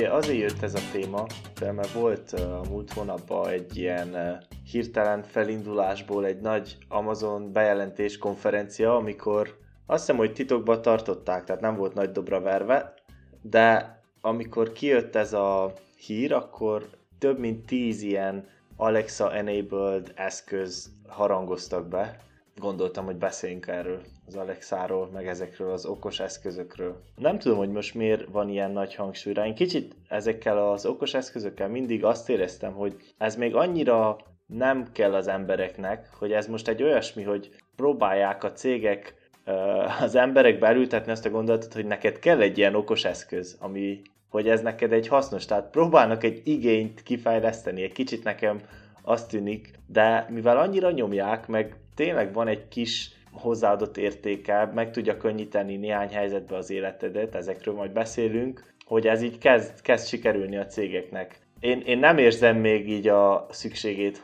Ugye azért jött ez a téma, mert volt a múlt hónapban egy ilyen hirtelen felindulásból egy nagy Amazon bejelentés konferencia, amikor azt hiszem, hogy titokban tartották, tehát nem volt nagy dobra verve, de amikor kijött ez a hír, akkor több mint 10 ilyen Alexa-enabled eszköz harangoztak be. Gondoltam, hogy beszéljünk erről, az Alexáról, meg ezekről az okos eszközökről. Nem tudom, hogy most miért van ilyen nagy hangsúly rá. Én kicsit ezekkel az okos eszközökkel mindig azt éreztem, hogy ez még annyira nem kell az embereknek, hogy ez most egy olyasmi, hogy próbálják a cégek az emberek beültetni azt a gondolatot, hogy neked kell egy ilyen okos eszköz, hogy ez neked egy hasznos. Tehát próbálnak egy igényt kifejleszteni. Egy kicsit nekem azt tűnik, de mivel annyira nyomják, meg tényleg van egy kis hozzáadott értéke, meg tudja könnyíteni néhány helyzetbe az életedet, ezekről majd beszélünk, hogy ez így kezd sikerülni a cégeknek. Én nem érzem még így a szükségét,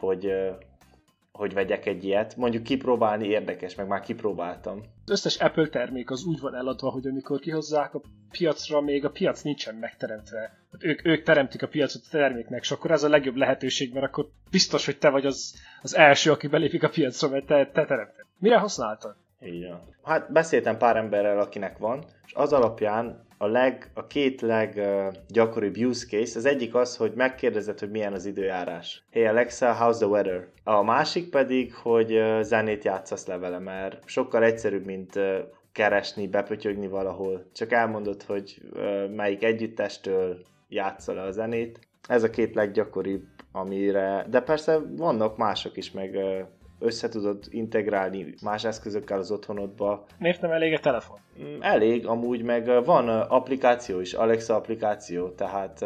hogy vegyek egy ilyet. Mondjuk kipróbálni érdekes, meg már kipróbáltam. Az összes Apple termék az úgy van eladva, hogy amikor kihozzák a piacra, még a piac nincsen megteremtve. Ők teremtik a piacot a terméknek, és akkor ez a legjobb lehetőség, mert akkor biztos, hogy te vagy az első, aki belépik a piacra, mert te teremted. Mire használtad? Igen. Hát beszéltem pár emberrel, akinek van, és az alapján a két leggyakoribb use case, az egyik az, hogy megkérdezed, hogy milyen az időjárás. Hey Alexa, how's the weather? A másik pedig, hogy zenét játszasz le vele, mert sokkal egyszerűbb, mint keresni, bepötyögni valahol. Csak elmondod, hogy melyik együttestől játsza le a zenét. Ez a két leggyakoribb, amire... De persze vannak mások is, meg össze tudod integrálni más eszközökkel az otthonodba. Miért nem elég a telefon? Elég, amúgy meg van applikáció is, Alexa applikáció, tehát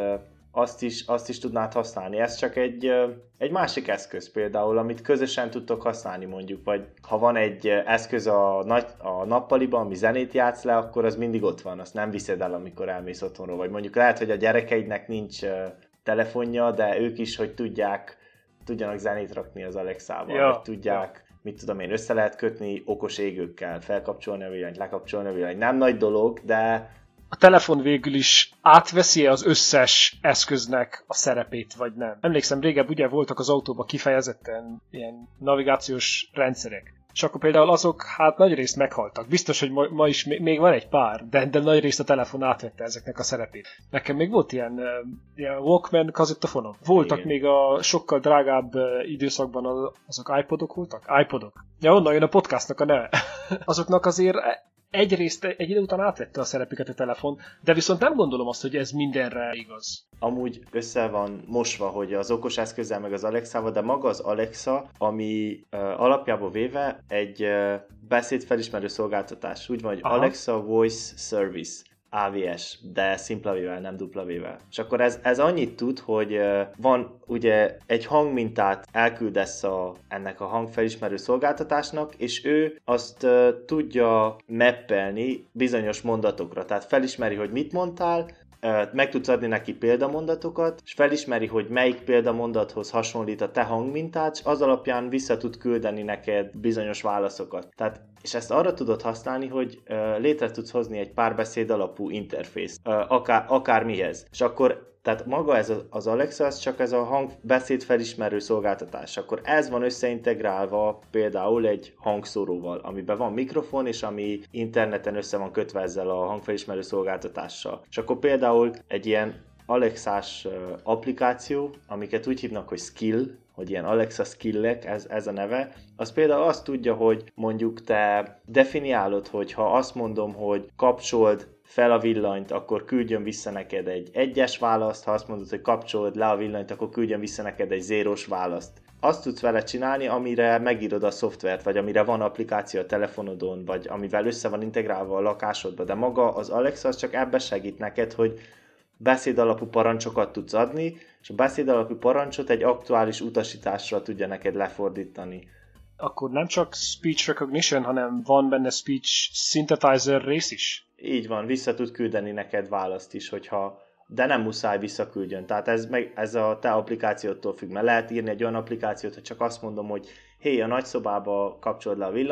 azt is tudnád használni. Ez csak egy másik eszköz például, amit közösen tudtok használni mondjuk, vagy ha van egy eszköz a nappaliban, ami zenét játsz le, akkor az mindig ott van, azt nem viszed el, amikor elmész otthonról, vagy mondjuk lehet, hogy a gyerekeidnek nincs telefonja, de ők is, hogy tudjanak zenét rakni az Alexával, ja, vagy tudják, mit tudom én, össze lehet kötni okos égőkkel, felkapcsolni a villanyt, lekapcsolni a villanyt. Nem nagy dolog, de... A telefon végül is átveszi az összes eszköznek a szerepét, vagy nem? Emlékszem, régebb ugye voltak az autóban kifejezetten ilyen navigációs rendszerek. És akkor például azok hát nagyrészt meghaltak. Biztos, hogy ma is még van egy pár, de nagyrészt a telefon átvette ezeknek a szerepét. Nekem még volt ilyen Walkman kazettafonom. Voltak igen. Még a sokkal drágább időszakban azok iPodok voltak? iPodok. Ja, onnan jön a podcastnak a neve. Azoknak azért egyrészt egy idő után átvette a szerepüket a telefon, de viszont nem gondolom azt, hogy ez mindenre igaz. Amúgy össze van mosva, hogy az okos eszközzel meg az Alexával, de maga az Alexa, ami alapjából véve egy beszédfelismerő szolgáltatás. Úgy van, hogy aha. Alexa Voice Service. AVS, de szimpla vével, nem dupla vével. És akkor ez annyit tud, hogy van ugye egy hangmintát elküldesz ennek a hangfelismerő szolgáltatásnak, és ő azt tudja mappelni bizonyos mondatokra. Tehát felismeri, hogy mit mondtál, meg tudsz adni neki példamondatokat, és felismeri, hogy melyik példamondathoz hasonlít a te hangmintát, és az alapján vissza tud küldeni neked bizonyos válaszokat. Tehát, és ezt arra tudod használni, hogy létre tudsz hozni egy párbeszéd alapú interfészt, akármihez. És akkor tehát maga ez az Alexa, az csak ez a hangbeszéd felismerő szolgáltatás. Akkor ez van összeintegrálva például egy hangszóróval, amiben van mikrofon, és ami interneten össze van kötve ezzel a hangfelismerő szolgáltatással. És akkor például egy ilyen Alexás applikáció, amiket úgy hívnak, hogy skill, hogy ilyen Alexa skillek, ez a neve, az például azt tudja, hogy mondjuk te definiálod, hogy ha azt mondom, hogy kapcsold fel a villanyt, akkor küldjön vissza neked egy egyes választ, ha azt mondod, hogy kapcsold le a villanyt, akkor küldjön vissza neked egy zéros választ. Azt tudsz vele csinálni, amire megírod a szoftvert, vagy amire van applikáció a telefonodon, vagy amivel össze van integrálva a lakásodba, de maga az Alexa az csak ebbe segít neked, hogy beszédalapú parancsokat tudsz adni, és a beszédalapú parancsot egy aktuális utasításra tudja neked lefordítani. Akkor nem csak speech recognition, hanem van benne speech synthesizer rész is? Így van, vissza tud küldeni neked választ is, de nem muszáj visszaküldjön. Tehát ez a te applikációtól függ, mert lehet írni egy olyan applikációt, hogy csak azt mondom, hogy hé, a nagyszobába kapcsold le a villanyt,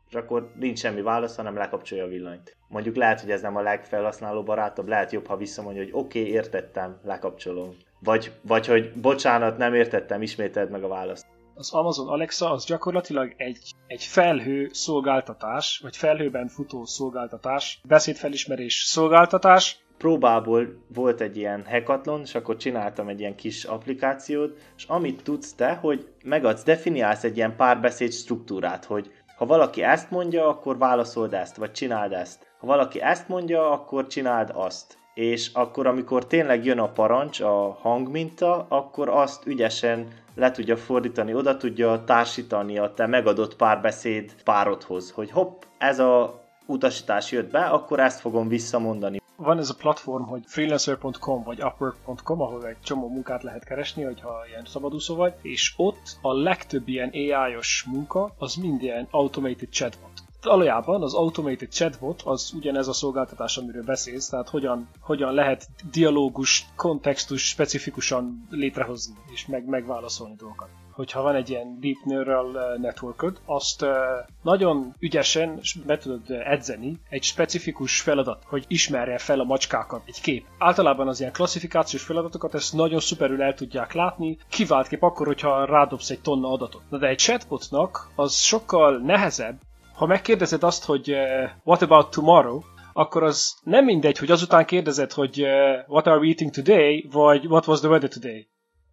és akkor nincs semmi válasz, hanem lekapcsolja a villanyt. Mondjuk lehet, hogy ez nem a legfelhasználó barátabb, lehet jobb, ha visszamondja, hogy oké, értettem, lekapcsolom. Vagy hogy bocsánat, nem értettem, ismételd meg a választ. Az Amazon Alexa az gyakorlatilag egy felhő szolgáltatás, vagy felhőben futó szolgáltatás, beszédfelismerés szolgáltatás. Próbából volt egy ilyen hackathon, és akkor csináltam egy ilyen kis applikációt, és amit tudsz te, hogy definiálsz egy ilyen párbeszéd struktúrát, hogy ha valaki ezt mondja, akkor válaszold ezt, vagy csináld ezt. Ha valaki ezt mondja, akkor csináld azt. És akkor, amikor tényleg jön a parancs, a hangminta, akkor azt ügyesen le tudja fordítani, oda tudja társítani a te megadott párbeszéd párodhoz, hogy hopp, ez a utasítás jött be, akkor ezt fogom visszamondani. Van ez a platform, hogy freelancer.com vagy upwork.com, ahol egy csomó munkát lehet keresni, hogyha ilyen szabadúszó vagy, és ott a legtöbb ilyen AI-os munka, az mind ilyen automated chatbot. Valójában az automated chatbot az ugyanez a szolgáltatás, amiről beszélsz, tehát hogyan lehet dialógus, kontextus specifikusan létrehozni és megválaszolni dolgokat. Hogyha van egy ilyen deep neural networkod, azt nagyon ügyesen meg tudod edzeni egy specifikus feladat, hogy ismerje fel a macskákat egy kép. Általában az ilyen klasszifikációs feladatokat ezt nagyon szuperül el tudják látni, kiváltképp akkor, hogyha rádobsz egy tonna adatot. De egy chatbotnak az sokkal nehezebb. Ha megkérdezed azt, hogy what about tomorrow, akkor az nem mindegy, hogy azután kérdezed, hogy what are we eating today, vagy what was the weather today.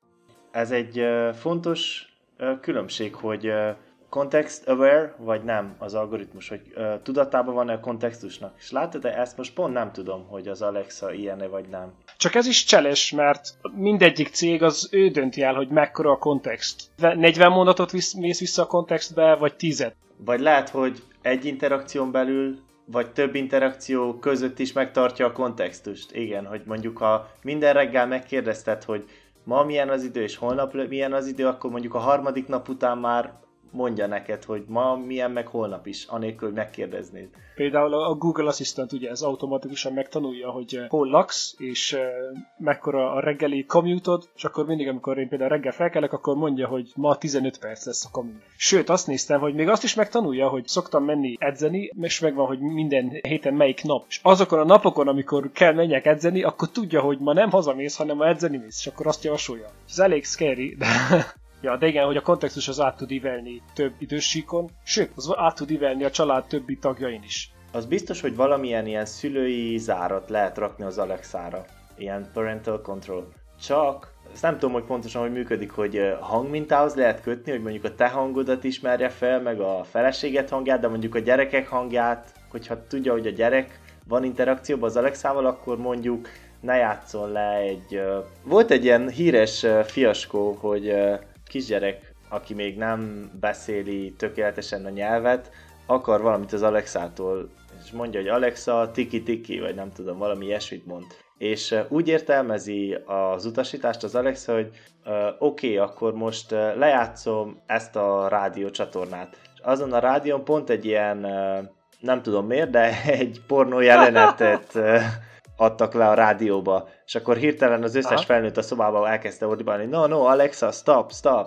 Ez egy fontos különbség, hogy context aware, vagy nem az algoritmus, hogy tudatában van-e a kontextusnak. És látod, ezt most pont nem tudom, hogy az Alexa ilyen-e, vagy nem. Csak ez is cseles, mert mindegyik cég az ő dönti el, hogy mekkora a kontext. 40 mondatot mész vissza a kontextbe, vagy 10. Vagy lehet, hogy egy interakción belül, vagy több interakció között is megtartja a kontextust. Igen, hogy mondjuk ha minden reggel megkérdezted, hogy ma milyen az idő, és holnap milyen az idő, akkor mondjuk a harmadik nap után már mondja neked, hogy ma milyen, meg holnap is, anélkül, hogy megkérdeznéd. Például a Google Assistant ugye ez automatikusan megtanulja, hogy hol laksz, és mekkora a reggeli commute-od, és akkor mindig, amikor én például reggel felkelek, akkor mondja, hogy ma 15 perc lesz a commute. Sőt, azt néztem, hogy még azt is megtanulja, hogy szoktam menni edzeni, és megvan, hogy minden héten melyik nap. És azokon a napokon, amikor kell menjek edzeni, akkor tudja, hogy ma nem hazamész, hanem ma edzeni mész, és akkor azt javasolja. Ez elég scary, de... Ja, de igen, hogy a kontextus az át tud ívelni több idős síkon, sőt, az át tud ívelni a család többi tagjain is. Az biztos, hogy valamilyen ilyen szülői zárat lehet rakni az Alexára. Ilyen parental control. Csak, ezt nem tudom, hogy pontosan hogy működik, hogy hangmintához lehet kötni, hogy mondjuk a te hangodat ismerje fel, meg a feleséget hangját, de mondjuk a gyerekek hangját, hogyha tudja, hogy a gyerek van interakcióban az Alexával, akkor mondjuk ne játszon le egy... Volt egy ilyen híres fiaskó, hogy... kisgyerek, aki még nem beszéli tökéletesen a nyelvet, akar valamit az Alexától, és mondja, hogy Alexa, tiki-tiki, vagy nem tudom, valami ilyesmit mond. És úgy értelmezi az utasítást az Alexa, hogy oké, akkor most lejátszom ezt a rádiócsatornát. És azon a rádión pont egy ilyen, nem tudom miért, de egy pornó jelenetet adtak le a rádióba, és akkor hirtelen az összes felnőtt a szobában elkezdte ordibálni, no, Alexa, stop.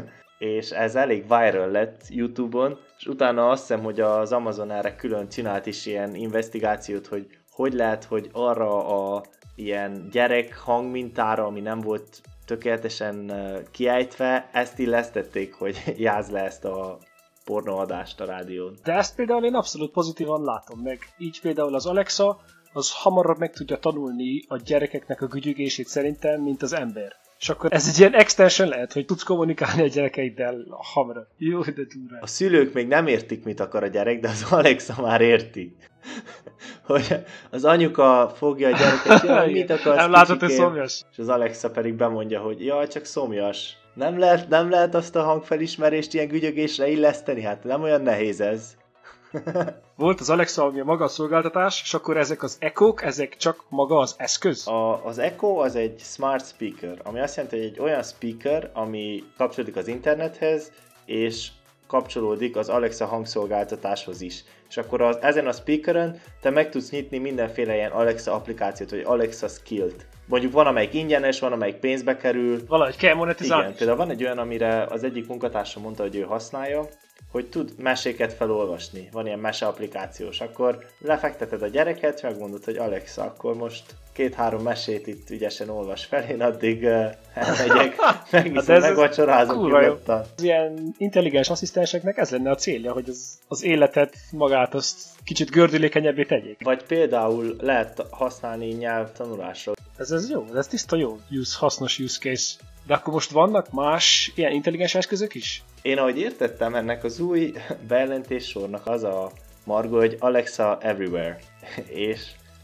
És ez elég viral lett YouTube-on, és utána azt hiszem, hogy az Amazon erre külön csinált is ilyen investigációt, hogy lehet, hogy arra a ilyen gyerek hangmintára, ami nem volt tökéletesen kiejtve, ezt illesztették, hogy jázd le ezt a pornóadást a rádión. De ezt például én abszolút pozitívan látom meg. Így például az Alexa az hamarabb meg tudja tanulni a gyerekeknek a gügyügését szerintem, mint az ember. És akkor ez egy ilyen extension lehet, hogy tudsz kommunikálni a gyerekeiddel hamarabb. Jó, de durva. A szülők még nem értik, mit akar a gyerek, de az Alexa már érti. Hogy az anyuka fogja a gyereket, jaj, mit akarsz, nem látod, hogy szomjas. És az Alexa pedig bemondja, hogy jaj, csak szomjas. Nem lehet azt a hangfelismerést ilyen gügyögésre illeszteni? Hát nem olyan nehéz ez. Volt az Alexa, ami a maga a szolgáltatás, és akkor ezek az Echo-k, ezek csak maga az eszköz? Az Echo az egy smart speaker, ami azt jelenti, hogy egy olyan speaker, ami kapcsolódik az internethez, és kapcsolódik az Alexa hangszolgáltatáshoz is. És akkor ezen a speakeren te meg tudsz nyitni mindenféle ilyen Alexa applikációt, vagy Alexa Skill-t. Mondjuk van, amelyik ingyenes, van, amelyik pénzbe kerül. Valahogy kell monetizálni. Igen, például van egy olyan, amire az egyik munkatársam mondta, hogy ő használja, hogy tud meséket felolvasni. Van ilyen mese applikációs. Akkor lefekteted a gyereket, megmondod, hogy Alexa, akkor most 2-3 mesét itt ügyesen olvas fel, én addig elmegyek, megviszem, megvacsorázom nyugodtan. Az ilyen intelligens asszisztenseknek ez lenne a célja, hogy az életet magát azt kicsit gördülékenyebbé tegyék. Vagy például lehet használni nyelvtanulásra. Ez jó, ez tiszta jó, hasznos use case. De akkor most vannak más ilyen intelligens eszközök is? Én ahogy értettem, ennek az új bejelentés sornak az a margó, hogy Alexa Everywhere. És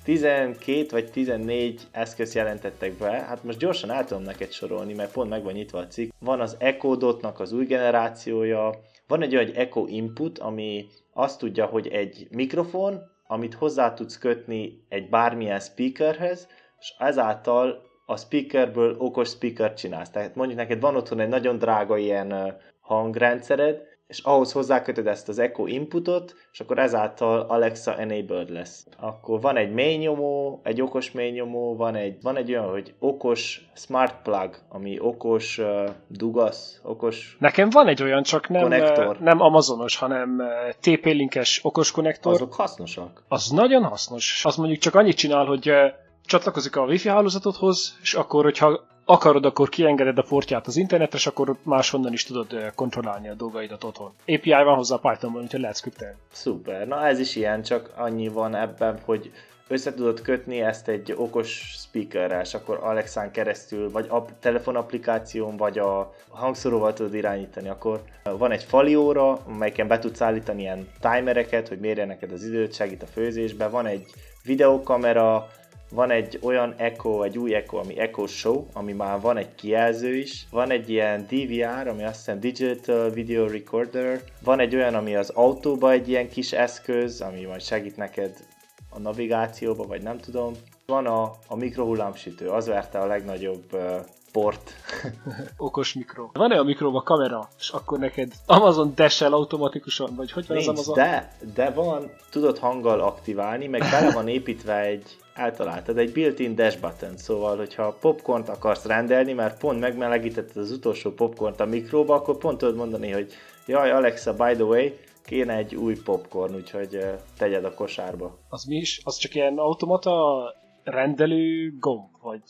12 vagy 14 eszközt jelentettek be, hát most gyorsan el tudom neked sorolni, mert pont meg van nyitva a cikk. Van az Echo Dotnak az új generációja, van egy olyan Echo Input, ami azt tudja, hogy egy mikrofon, amit hozzá tudsz kötni egy bármilyen speakerhez, és ezáltal a speakerből okos speakert csinálsz. Tehát mondjuk neked van otthon egy nagyon drága ilyen hangrendszered, és ahhoz hozzákötöd ezt az Echo Inputot, és akkor ezáltal Alexa enabled lesz. Akkor van egy mélynyomó, egy okos mélynyomó, van egy olyan, hogy okos smart plug, ami okos dugasz, okos nekem van egy olyan, csak nem Amazonos, hanem TP-linkes okos konnektor. Azok hasznosak. Az nagyon hasznos. Az mondjuk csak annyit csinál, hogy csatlakozik a Wi-Fi hálózatodhoz, és akkor, hogyha akarod, akkor kiengeded a portját az internetre, és akkor máshonnan is tudod kontrollálni a dolgaidat otthon. API van hozzá Pythonban, úgyhogy lehet skriptelni. Szuper, na ez is ilyen, csak annyi van ebben, hogy össze tudod kötni ezt egy okos speakerrel, és akkor Alexán keresztül, vagy a telefonapplikáción, vagy a hangszóróval tudod irányítani. Akkor van egy fali óra, amelyiken be tudsz állítani ilyen timereket, hogy mérje neked az időt, segít a főzésbe. Van egy videókamera, van egy olyan Echo, egy új Echo, ami Echo Show, ami már van egy kijelző is. Van egy ilyen DVR, ami azt hiszem Digital Video Recorder. Van egy olyan, ami az autóba egy ilyen kis eszköz, ami majd segít neked a navigációba, vagy nem tudom. Van a mikrohullámsütő, az verte a legnagyobb port. Okos mikro. Van olyan mikróba kamera, és akkor neked Amazon Dash-el automatikusan, vagy hogy van nincs, az Amazon? De van, tudod hanggal aktiválni, meg bele van építve eltaláltad egy built-in dash button, szóval, hogyha popcornt akarsz rendelni, mert pont megmelegítetted az utolsó popcornt a mikróba, akkor pont tudod mondani, hogy jaj, Alexa, by the way, kéne egy új popcorn, úgyhogy tegyed a kosárba. Az mi is? Az csak ilyen automata rendelő gomb? Vagy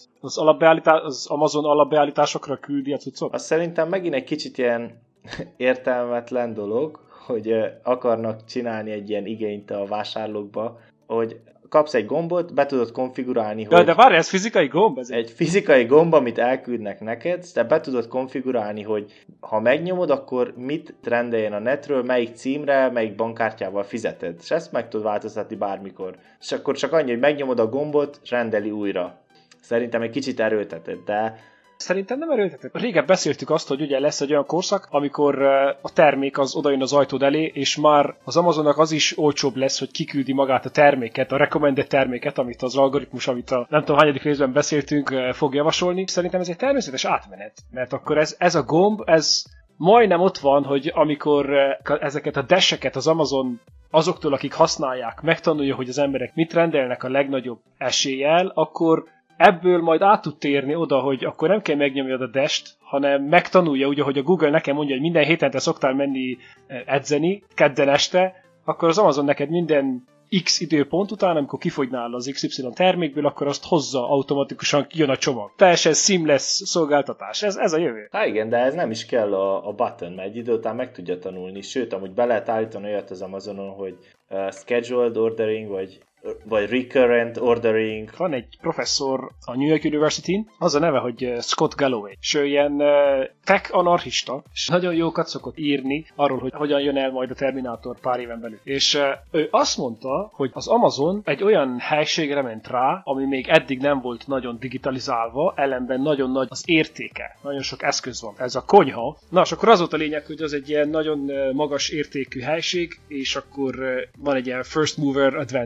az Amazon alapbeállításokra küldi a cuccot? Azt szerintem megint egy kicsit ilyen értelmetlen dolog, hogy akarnak csinálni egy ilyen igényt a vásárlókba, hogy kapsz egy gombot, be tudod konfigurálni, hogy... De várj, ez fizikai gomb? Egy fizikai gomb, amit elküldnek neked, de be tudod konfigurálni, hogy ha megnyomod, akkor mit rendeljen a netről, melyik címre, melyik bankkártyával fizeted. És ezt meg tudod változtatni bármikor. És akkor csak annyi, hogy megnyomod a gombot, és rendeli újra. Szerintem egy kicsit erőltetett, de... Szerintem nem erőltetett. Régebb beszéltük azt, hogy ugye lesz egy olyan korszak, amikor a termék az odajön az ajtód elé, és már az Amazonnak az is olcsóbb lesz, hogy kiküldi magát a terméket, a recommended terméket, amit az algoritmus, amit a nem tudom hányadik részben beszéltünk, fog javasolni. Szerintem ez egy természetes átmenet, mert akkor ez a gomb, ez majdnem ott van, hogy amikor ezeket a dash-eket az Amazon azoktól, akik használják, megtanulja, hogy az emberek mit rendelnek a legnagyobb eséllyel, akkor ebből majd át tud térni oda, hogy akkor nem kell megnyomjad a dash-t, hanem megtanulja, ugye, hogy a Google nekem mondja, hogy minden héten te szoktál menni edzeni, kedden este, akkor az Amazon neked minden X időpont után, amikor kifogynál az XY termékből, akkor azt hozza automatikusan, jön a csomag. Teljesen seamless szolgáltatás. Ez a jövő. Hát igen, de ez nem is kell a button, mert egy idő után meg tudja tanulni. Sőt, amúgy be lehet állítani olyat az Amazonon, hogy scheduled ordering, vagy recurrent ordering. Van egy professzor a New York University-n, az a neve, hogy Scott Galloway, és ő ilyen tech anarchista, és nagyon jókat szokott írni arról, hogy hogyan jön el majd a Terminátor pár éven belül. És ő azt mondta, hogy az Amazon egy olyan helységre ment rá, ami még eddig nem volt nagyon digitalizálva, ellenben nagyon nagy az értéke. Nagyon sok eszköz van. Ez a konyha. Na, és akkor az volt a lényeg, hogy az egy ilyen nagyon magas értékű helység, és akkor van egy ilyen first mover advantage, hogy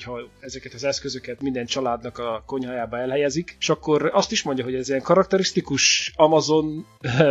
hogyha ezeket az eszközöket minden családnak a konyhájába elhelyezik, és akkor azt is mondja, hogy ez ilyen karakterisztikus Amazon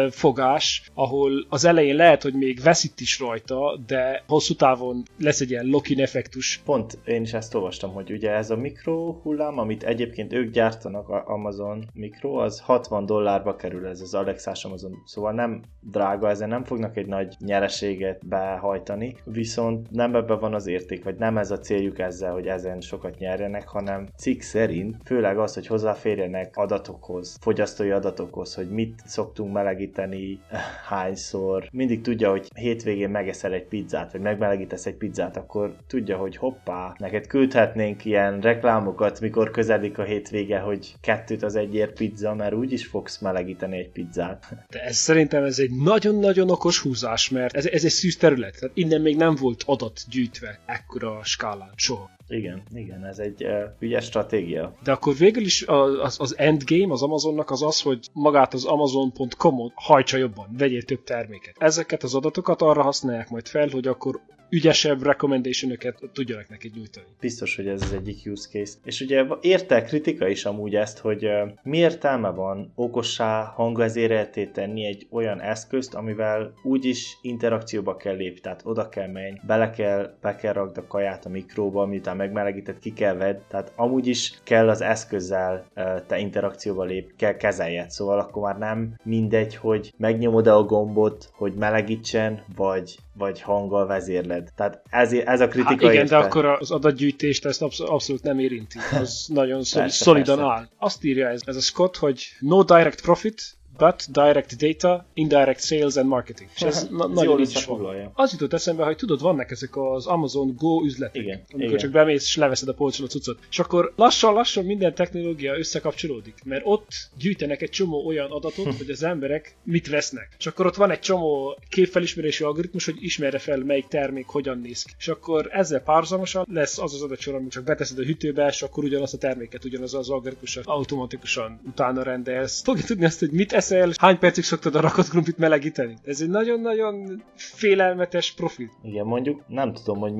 fogás, ahol az elején lehet, hogy még veszít is rajta, de hosszú távon lesz egy ilyen lock-in effektus. Pont én is ezt olvastam, hogy ugye ez a mikrohullám, amit egyébként ők gyártanak, a Amazon mikro, az $60 kerül, ez az Alexás Amazon, szóval nem drága, ezen nem fognak egy nagy nyereséget behajtani, viszont nem ebben van az érték, vagy nem ez a céljuk ezzel, hogy ezen sokat nyerjenek, hanem cikk szerint főleg az, hogy hozzáférjenek adatokhoz, fogyasztói adatokhoz, hogy mit szoktunk melegíteni, hányszor. Mindig tudja, hogy hétvégén megeszel egy pizzát, vagy megmelegítesz egy pizzát, akkor tudja, hogy hoppá, neked küldhetnénk ilyen reklámokat, mikor közelik a hétvége, hogy 2 az egyért pizza, mert úgyis fogsz melegíteni egy pizzát. De szerintem ez egy nagyon-nagyon okos húzás, mert ez egy szűz terület. Tehát innen még nem volt adat gyűjtve ekkora skálán soha. Igen, ez egy ügyes stratégia. De akkor végül is az endgame az Amazonnak az, hogy magát az Amazon.com-ot hajtsa jobban, vegyél több terméket. Ezeket az adatokat arra használják majd fel, hogy akkor ügyesebb recommendation-öket tudjanak neki nyújtani. Biztos, hogy ez az egyik use case. És ugye érte kritika is amúgy ezt, hogy mi értelme van okossá hangvezérelté tenni egy olyan eszközt, amivel úgyis interakcióba kell lépni, tehát oda kell menj, be kell rakd a kaját a mikróba, miután megmelegített, ki kell vedd, tehát amúgy is kell az eszközzel te interakcióba lép, kell kezeljed, szóval akkor már nem mindegy, hogy megnyomod-e a gombot, hogy melegítsen, vagy hanggal vezérled. Tehát ez a kritika igen, érte. de akkor az adatgyűjtést ezt abszolút nem érinti. Az nagyon szolidan áll. Azt írja ez a Scott, hogy no direct profit, but direct data, indirect sales and marketing. És ez nagyon így is van. Az jutott eszembe, hogy tudod, vannak ezek az Amazon Go üzletek, amikor csak bemész és leveszed a polcról a cuccot. És akkor lassan minden technológia összekapcsolódik, mert ott gyűjtenek egy csomó olyan adatot, hogy az emberek mit vesznek. És akkor ott van egy csomó képfelismerési algoritmus, hogy ismerje fel, melyik termék hogyan néz ki. És akkor ezzel párhuzamosan lesz az adatsor, amit csak beteszed a hűtőbe, és akkor ugyanazt a terméket, ugyanaz az algoritmussal automatikusan utána rendelsz. Fogja tudni azt, hogy mit eszel, hány percig szoktad a rakott krumplit melegíteni? Ez egy nagyon-nagyon félelmetes profil. Igen, mondjuk nem tudom, hogy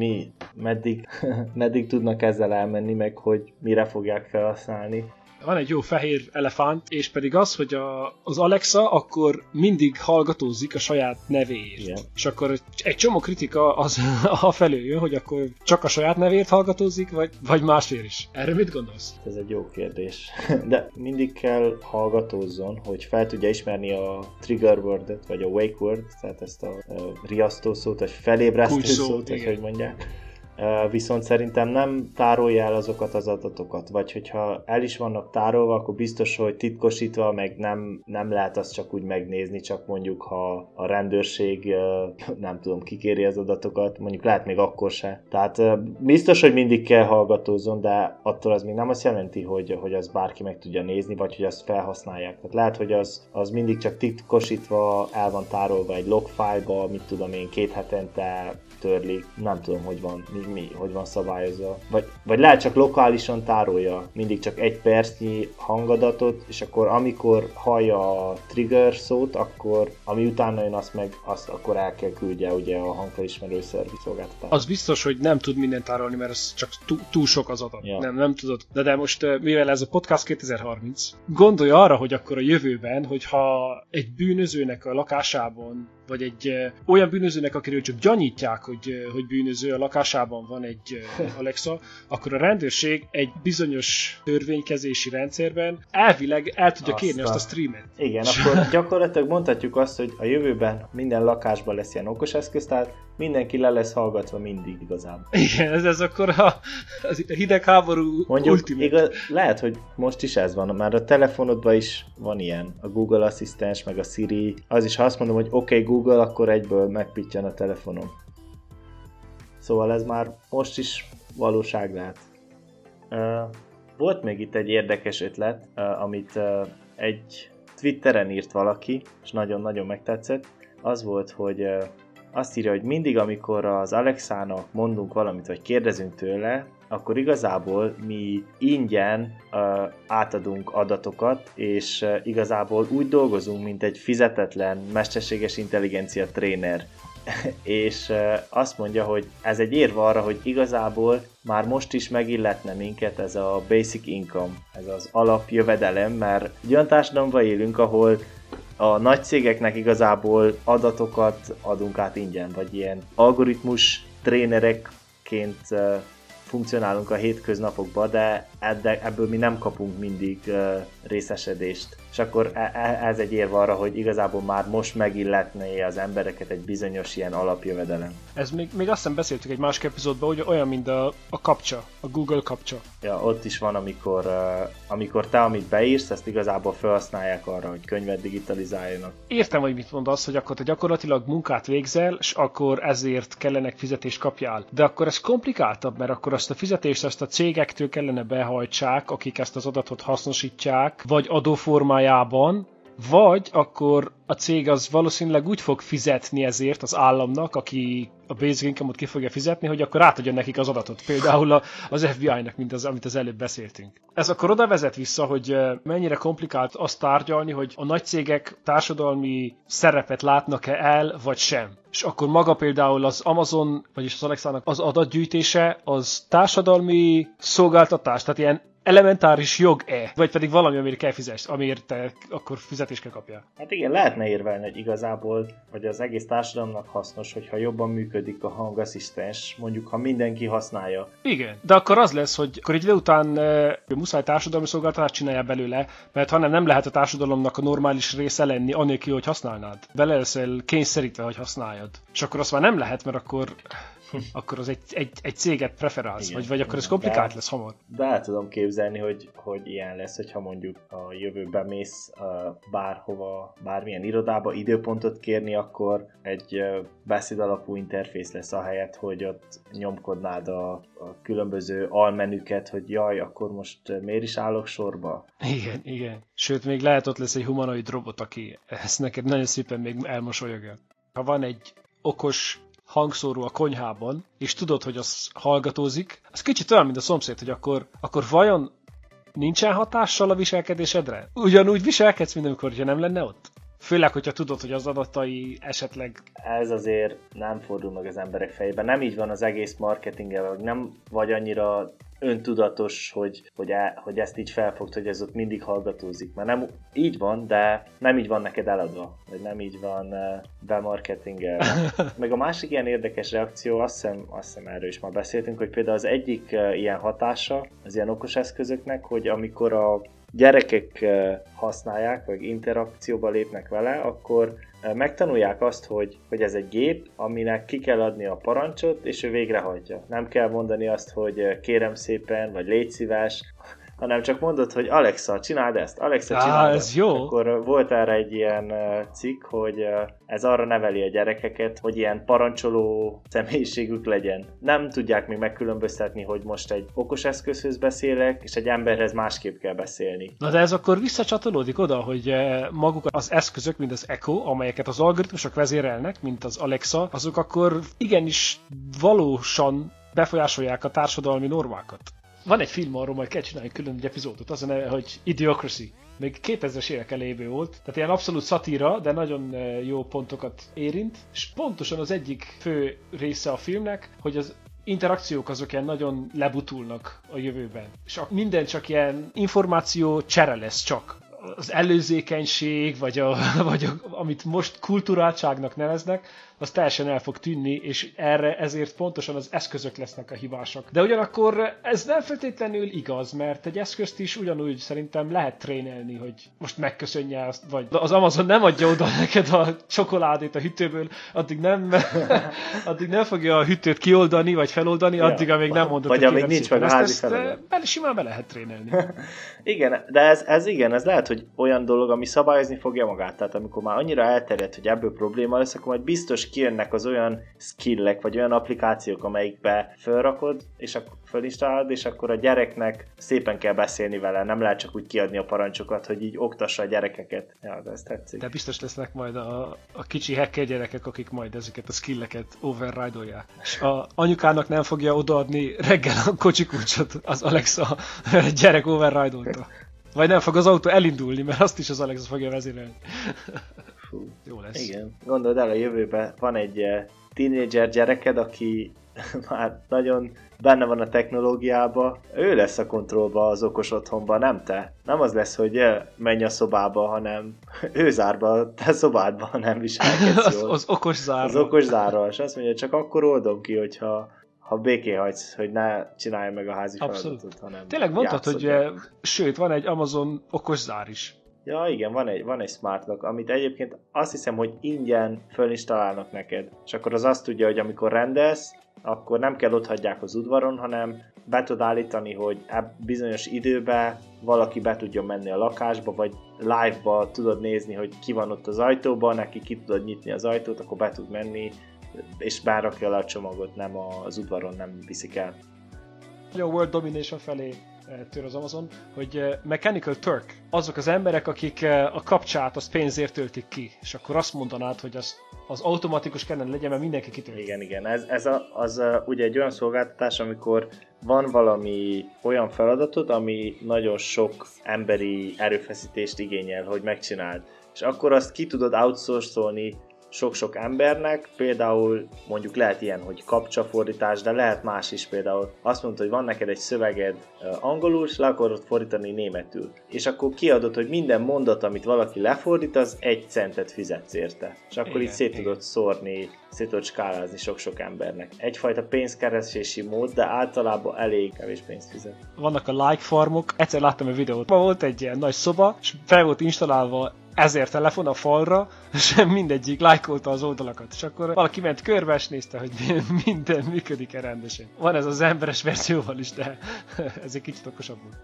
meddig tudnak ezzel elmenni, meg hogy mire fogják felhasználni. Van egy jó fehér elefánt, és pedig az, hogy az Alexa akkor mindig hallgatózik a saját nevéért. Igen. És akkor egy csomó kritika az afelől jön, hogy akkor csak a saját nevért hallgatózik, vagy másért is. Erről mit gondolsz? Ez egy jó kérdés. De mindig kell hallgatózzon, hogy fel tudja ismerni a trigger wordet, vagy a wake word, tehát ezt a riasztó szót, vagy felébresztő szót, hogy mondják. Viszont szerintem nem tárolja el azokat az adatokat, vagy hogyha el is vannak tárolva, akkor biztos, hogy titkosítva, meg nem lehet azt csak úgy megnézni, csak mondjuk ha a rendőrség nem tudom, kikéri az adatokat, mondjuk lehet még akkor se. Tehát biztos, hogy mindig kell hallgatózzon, de attól az még nem azt jelenti, hogy az bárki meg tudja nézni, vagy hogy azt felhasználják. Tehát lehet, hogy az mindig csak titkosítva el van tárolva egy logfile-ba, mit tudom én, 2 hetente törlik, nem tudom, hogy van, hogy van szabályozva. Vagy lehet csak lokálisan tárolja, mindig csak 1 percnyi hangadatot, és akkor amikor hallja a trigger szót, akkor ami utána jön, azt akkor el kell küldje ugye a hangfelismerő szolgáltatás. Az biztos, hogy nem tud mindent tárolni, mert ez csak túl sok az adat. Ja. Nem tudod. De most, mivel ez a podcast 2030, gondolj arra, hogy akkor a jövőben, hogyha egy bűnözőnek a lakásában, vagy egy olyan bűnözőnek, akiről csak gyanítják, hogy bűnöző, a lakásában van egy Alexa, akkor a rendőrség egy bizonyos törvénykezési rendszerben elvileg el tudja kérni azt a streamet. Igen, akkor gyakorlatilag mondhatjuk azt, hogy a jövőben minden lakásban lesz ilyen okos eszköz, tehát mindenki le lesz hallgatva mindig igazából. Igen, ez akkor a hidegháború ultimate. Lehet, hogy most is ez van, már a telefonodban is van ilyen, a Google asszisztens, meg a Siri, az is, ha azt mondom, hogy oké, Google, akkor egyből megpittyan a telefonom. Szóval ez már most is valóság lehet. Volt még itt egy érdekes ötlet, amit egy Twitteren írt valaki, és nagyon-nagyon megtetszett. Az volt, hogy azt írja, hogy mindig, amikor az Alexának mondunk valamit, vagy kérdezünk tőle, akkor igazából mi ingyen átadunk adatokat, és igazából úgy dolgozunk, mint egy fizetetlen mesterséges intelligencia tréner. és azt mondja, hogy ez egy érv arra, hogy igazából már most is megilletne minket ez a basic income, ez az alapjövedelem, mert egy olyan társadalomban élünk, ahol a nagy cégeknek igazából adatokat adunk át ingyen, vagy ilyen algoritmus trénerekként funkcionálunk a hétköznapokban, de ebből mi nem kapunk mindig részesedést. És akkor ez egy érv arra, hogy igazából már most megilletné az embereket egy bizonyos ilyen alapjövedelem. Ez még azt hiszem beszéltük egy másik epizódban, hogy olyan, mint a kapcsa, a Google kapcsa. Ja, ott is van, amikor te, amit beírsz, ezt igazából felhasználják arra, hogy könyvet digitalizáljanak. Értem, hogy mit mondasz, hogy akkor te gyakorlatilag munkát végzel, és akkor ezért kellene fizetést kapjál. De akkor ez komplikáltabb, mert akkor azt a fizetést azt a cégektől kellene behajtsák, akik ezt az adatot hasznosítják, vagy adóformájában, vagy akkor a cég az valószínűleg úgy fog fizetni ezért az államnak, aki a basic income-ot ki fogja fizetni, hogy akkor átadja nekik az adatot. Például az FBI-nak, amit az előbb beszéltünk. Ez akkor oda vezet vissza, hogy mennyire komplikált azt tárgyalni, hogy a nagy cégek társadalmi szerepet látnak-e el, vagy sem. És akkor maga például az Amazon, vagyis az Alexának az adatgyűjtése, az társadalmi szolgáltatás, tehát ilyen elementáris jog-e, vagy pedig valami, amire kell fizess, amiért te akkor fizetést kell kapjál. Hát igen, lehetne érvelni, hogy igazából, hogy az egész társadalomnak hasznos, hogyha jobban működik a hangasszisztens, mondjuk, ha mindenki használja. Igen, de akkor az lesz, hogy akkor egy idő után muszáj társadalmi szolgáltatást csinálja belőle, mert hanem nem lehet a társadalomnak a normális része lenni, anélkül, hogy használnád. Bele leszel kényszerítve, hogy használjad. És akkor azt már nem lehet, mert akkor az egy céget preferálsz, igen, vagy akkor ez komplikált lesz hamar. De el tudom képzelni, hogy ilyen lesz, hogyha mondjuk a jövőben mész bárhova, bármilyen irodába időpontot kérni, akkor egy beszédalapú interfész lesz ahelyett, hogy ott nyomkodnád a különböző almenüket, hogy jaj, akkor most miért is állok sorba? Igen. Sőt, még lehet ott lesz egy humanoid robot, aki ezt neked nagyon szépen még elmosolyogja. Ha van egy okos hangszóró a konyhában, és tudod, hogy az hallgatózik, az kicsit olyan, mint a szomszéd, hogy akkor vajon nincsen hatással a viselkedésedre? Ugyanúgy viselkedsz, mint amikor nem lenne ott? Főleg, hogyha tudod, hogy az adatai esetleg... Ez azért nem fordul meg az emberek fejében. Nem így van az egész marketinggel, vagy nem vagy annyira öntudatos, hogy ezt így felfogd, hogy ez ott mindig hallgatózik. Mert nem így van, de nem így van neked eladva, vagy nem így van bemarketingel. Meg a másik ilyen érdekes reakció, azt hiszem erről is már beszéltünk, hogy például az egyik ilyen hatása az ilyen okos eszközöknek, hogy amikor a gyerekek használják, vagy interakcióba lépnek vele, akkor megtanulják azt, hogy ez egy gép, aminek ki kell adni a parancsot, és ő végrehajtja. Nem kell mondani azt, hogy kérem szépen, vagy légy szíves, hanem csak mondod, hogy Alexa, csináld ezt, Alexa, csináld ezt. Ez jó. Akkor volt erre egy ilyen cikk, hogy ez arra neveli a gyerekeket, hogy ilyen parancsoló személyiségük legyen. Nem tudják még megkülönböztetni, hogy most egy okos eszközhöz beszélek, és egy emberhez másképp kell beszélni. Na de ez akkor visszacsatolódik oda, hogy maguk az eszközök, mint az Echo, amelyeket az algoritmusok vezérelnek, mint az Alexa, azok akkor igenis valósan befolyásolják a társadalmi normákat. Van egy film, arról majd kell csinálni külön egy epizódot, az a neve, hogy Idiocracy. Még 2000-es évek elejéből volt, tehát ilyen abszolút szatíra, de nagyon jó pontokat érint, és pontosan az egyik fő része a filmnek, hogy az interakciók azok ilyen nagyon lebutulnak a jövőben. És minden csak ilyen információ csere lesz csak. Az előzékenység, vagy amit most kulturáltságnak neveznek, az teljesen el fog tűnni, és ezért pontosan az eszközök lesznek a hibásak. De ugyanakkor ez nem feltétlenül igaz, mert egy eszközt is ugyanúgy szerintem lehet trénelni, hogy most megköszönje azt, vagy az Amazon nem adja oda neked a csokoládét a hűtőből, addig nem fogja a hűtőt kioldani, vagy feloldani, addig, amíg nem mondod, vagy amíg nincs meg a házi feladat. Simán be lehet trénelni. Igen, de ez lehet, hogy olyan dolog, ami szabályozni fogja magát. Tehát amikor már annyira elterjedt, hogy ebből probléma lesz, akkor majd biztos kijönnek az olyan skillek, vagy olyan applikációk, amelyikbe felrakod, és akkor fölinstalálod, és akkor a gyereknek szépen kell beszélni vele, nem lehet csak úgy kiadni a parancsokat, hogy így oktassa a gyerekeket. Ja, de ez tetszik. De biztos lesznek majd a kicsi hacker gyerekek, akik majd ezeket a skilleket override-olják. És a anyukának nem fogja odaadni reggel a kocsikulcsot az Alexa gyerek override-olta. Vagy nem fog az autó elindulni, mert azt is az Alexa fogja vezérelni. Fú. Jó lesz. Igen. Gondold el, a jövőben van egy tínédzser gyereked, aki már nagyon benne van a technológiában, ő lesz a kontrollba az okos otthonban, nem te. Nem az lesz, hogy menj a szobába, hanem ő zár be a te szobádba, ha nem viselkedsz jól. Az okos zárral. Az okos zárral, és azt mondja, csak akkor oldom ki, hogyha békén hagysz, hogy ne csinálj meg a házi feladatot, hanem tényleg mondtad, hogy el. Sőt, van egy Amazon okos zár is. Ja, igen, van egy smart lock, amit egyébként azt hiszem, hogy ingyen fölinstalálnak neked. És akkor az azt tudja, hogy amikor rendelsz, akkor nem kell otthagyják az udvaron, hanem be tud állítani, hogy bizonyos időben valaki be tudjon menni a lakásba, vagy live-ba tudod nézni, hogy ki van ott az ajtóban, neki ki tudod nyitni az ajtót, akkor be tud menni, és berakja le a csomagot, nem az udvaron nem viszik el. A World Domination felé tör az Amazon, hogy Mechanical Turk, azok az emberek, akik a kapcsát azt pénzért töltik ki, és akkor azt mondanád, hogy az automatikus kellene legyen, mert mindenki kitölti. Igen. Az ugye egy olyan szolgáltatás, amikor van valami olyan feladatod, ami nagyon sok emberi erőfeszítést igényel, hogy megcsináld. És akkor azt ki tudod outsourcolni sok-sok embernek, például mondjuk lehet ilyen, hogy kapcsafordítás, de lehet más is, például azt mondod, hogy van neked egy szöveged angolul, és le akarod fordítani németül. És akkor kiadod, hogy minden mondat, amit valaki lefordít, az 1 centet fizetsz érte. És akkor így szét tudod szórni, szét tudod skálázni sok-sok embernek. Egyfajta pénzkeresési mód, de általában elég kevés pénzt fizet. Vannak a like farmok, egyszer láttam egy videót, volt egy ilyen nagy szoba, és fel volt installálva 1000 telefon a falra, és mindegyik lájkolta az oldalakat. És akkor valaki ment körbe, és nézte, hogy minden működik-e rendesen. Van ez az emberes verzióval is, de ez egy kicsit okosabb volt.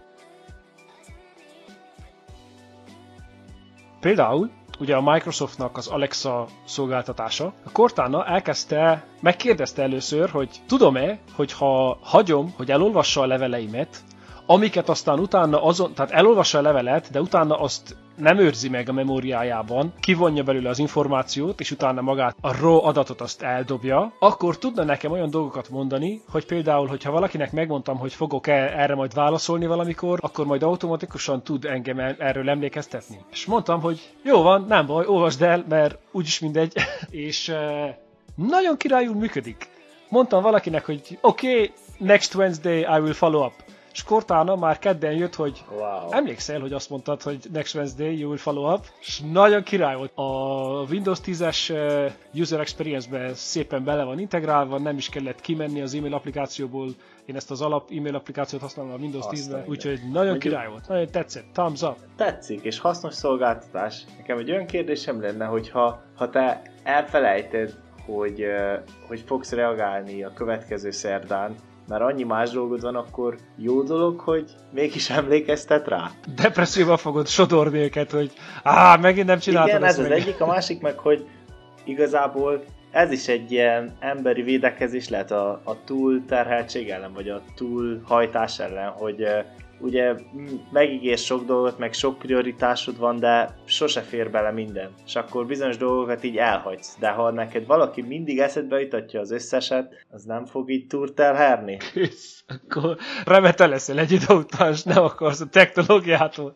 Például, ugye a Microsoftnak az Alexa szolgáltatása, a Cortana megkérdezte először, hogy tudom-e, hogy ha hagyom, hogy elolvassa a leveleimet, amiket aztán utána tehát elolvassa a levelet, de utána azt nem őrzi meg a memóriájában, kivonja belőle az információt, és utána magát a raw adatot azt eldobja, akkor tudna nekem olyan dolgokat mondani, hogy például, hogyha valakinek megmondtam, hogy fogok erre majd válaszolni valamikor, akkor majd automatikusan tud engem erről emlékeztetni. És mondtam, hogy jó van, nem baj, olvasd el, mert úgyis mindegy. És nagyon királyul működik. Mondtam valakinek, hogy oké, next Wednesday I will follow up. És Cortana már kedden jött, hogy emlékszel, hogy azt mondtad, hogy next Wednesday you will follow up, és nagyon király volt. A Windows 10-es user experience-ben szépen bele van integrálva, nem is kellett kimenni az e-mail applikációból. Én ezt az alap e-mail applikációt használom a Windows 10-ben, úgyhogy nagyon király volt. Nagyon tetszett. Thumbs up. Tetszik, és hasznos szolgáltatás. Nekem egy olyan kérdésem lenne, hogy ha te elfelejted, hogy fogsz reagálni a következő szerdán, mert annyi más dolgod van, akkor jó dolog, hogy mégis emlékeztet rá. Depresszióban fogod sodorni őket, hogy megint nem csináltad. Igen, ez az egyik, a másik meg, hogy igazából ez is egy ilyen emberi védekezés lehet a túlterheltség ellen, vagy a túlhajtás ellen, hogy ugye megígérsz sok dolgot, meg sok prioritásod van, de sose fér bele minden. És akkor bizonyos dolgokat így elhagysz. De ha neked valaki mindig eszedbe jutatja az összeset, az nem fog így túlterhelni. Kész. Akkor remete leszel egy idő után, és nem akarsz a technológiától.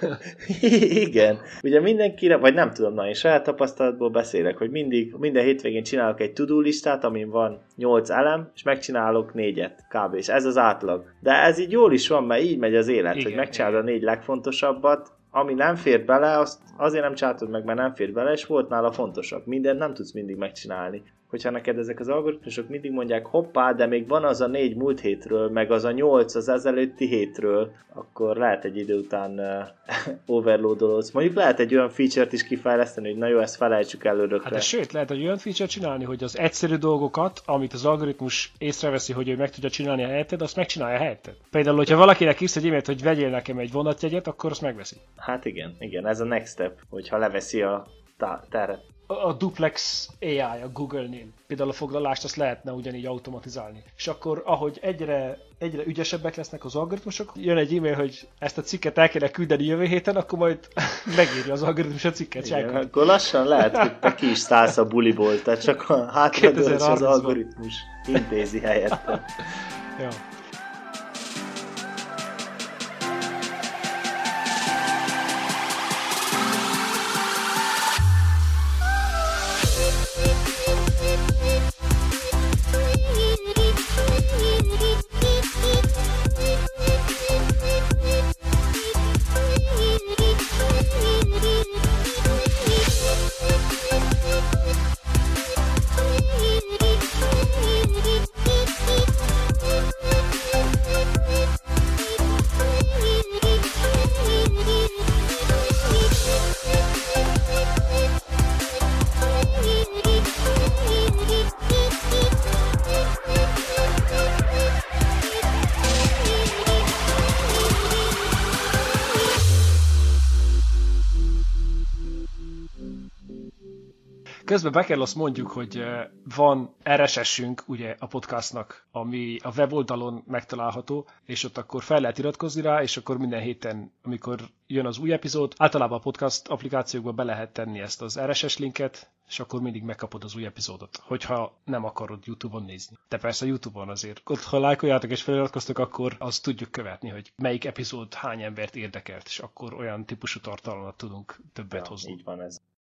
Igen. Ugye mindenkire, vagy nem tudom, én saját tapasztalatból beszélek, hogy minden hétvégén csinálok egy to-do listát, amin van 8 elem, és megcsinálok 4-et kb. És ez az átlag. De ez így jól is van, mert így megy az élet, igen, hogy megcsinálod a 4 legfontosabbat, ami nem fér bele, azt azért nem csináltad meg, mert nem fér bele, és volt nála fontosabb. Mindent nem tudsz mindig megcsinálni. Hogyha neked ezek az algoritmusok mindig mondják, hoppá, de még van az a 4 múlt hétről, meg az a 8 az ezelőtti hétről, akkor lehet egy idő után overloadolódsz. Mondjuk lehet egy olyan feature-t is kifejleszteni, hogy na jó, ezt felejtsük el örökre. Hát de sőt, lehet egy olyan feature csinálni, hogy az egyszerű dolgokat, amit az algoritmus észreveszi, hogy ő meg tudja csinálni a helyetted, azt megcsinálja a helyetted. Például, hogyha valakinek írsz egy e-mailt, hogy vegyél nekem egy vonatjegyet, akkor azt megveszi. Hát igen, ez a next step, hogyha leveszi a terhet. A Duplex AI a Google-nél. Például a foglalást azt lehetne ugyanígy automatizálni. És akkor, ahogy egyre ügyesebbek lesznek az algoritmusok, jön egy e-mail, hogy ezt a cikket el kéne küldeni jövő héten, akkor majd megírja az algoritmus a cikket. Igen, akkor lassan lehet, hogy te ki is szállsz a buliból, tehát csak a hátradőlsz az algoritmus intézi helyette. Ja. Közben be kell azt mondjuk, hogy van RSS-ünk ugye a podcastnak, ami a weboldalon megtalálható, és ott akkor fel lehet iratkozni rá, és akkor minden héten, amikor jön az új epizód, általában a podcast applikációkba be lehet tenni ezt az RSS linket, és akkor mindig megkapod az új epizódot, hogyha nem akarod YouTube-on nézni. De persze YouTube-on azért. Ott, ha lájkoljátok és feliratkoztok, akkor azt tudjuk követni, hogy melyik epizód hány embert érdekelt, és akkor olyan típusú tartalmat tudunk többet hozni. Így van ez.